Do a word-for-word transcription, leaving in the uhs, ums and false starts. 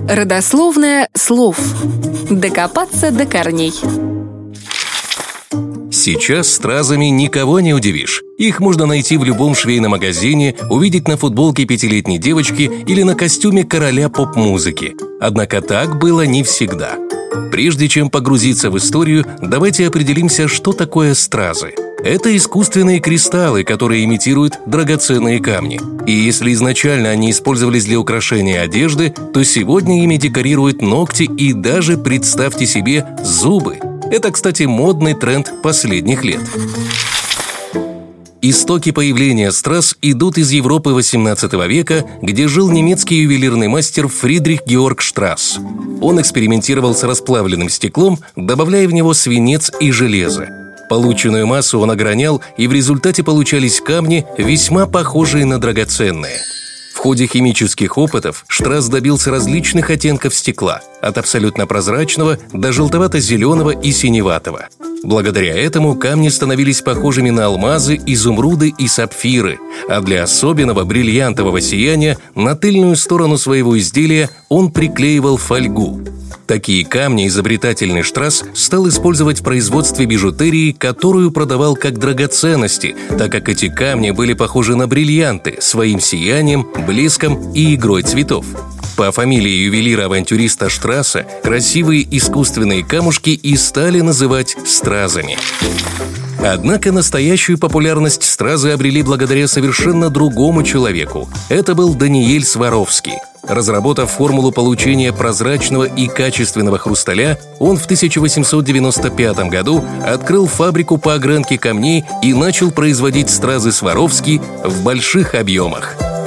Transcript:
Родословное слов. Докопаться до корней. Сейчас стразами никого не удивишь. Их можно найти в любом швейном магазине, увидеть на футболке пятилетней девочки или на костюме короля поп-музыки. Однако так было не всегда. Прежде чем погрузиться в историю, давайте определимся, что такое стразы. Это искусственные кристаллы, которые имитируют драгоценные камни. И если изначально они использовались для украшения одежды, то сегодня ими декорируют ногти и даже, представьте себе, зубы. Это, кстати, модный тренд последних лет. Истоки появления страз идут из Европы восемнадцатого века, где жил немецкий ювелирный мастер Фридрих Георг Штрасс. Он экспериментировал с расплавленным стеклом, добавляя в него свинец и железо. Полученную массу он огранял, и в результате получались камни, весьма похожие на драгоценные. В ходе химических опытов Штрасс добился различных оттенков стекла, от абсолютно прозрачного до желтовато-зеленого и синеватого. Благодаря этому камни становились похожими на алмазы, изумруды и сапфиры, а для особенного бриллиантового сияния на тыльную сторону своего изделия он приклеивал фольгу. Такие камни изобретательный Штрасс стал использовать в производстве бижутерии, которую продавал как драгоценности, так как эти камни были похожи на бриллианты своим сиянием, блеском и игрой цветов. По фамилии ювелира-авантюриста Штрасса красивые искусственные камушки и стали называть стразами. Однако настоящую популярность стразы обрели благодаря совершенно другому человеку. Это был Даниэль Сваровский. Разработав формулу получения прозрачного и качественного хрусталя, он в тысяча восемьсот девяносто пятом году открыл фабрику по огранке камней и начал производить стразы Сваровски в больших объемах.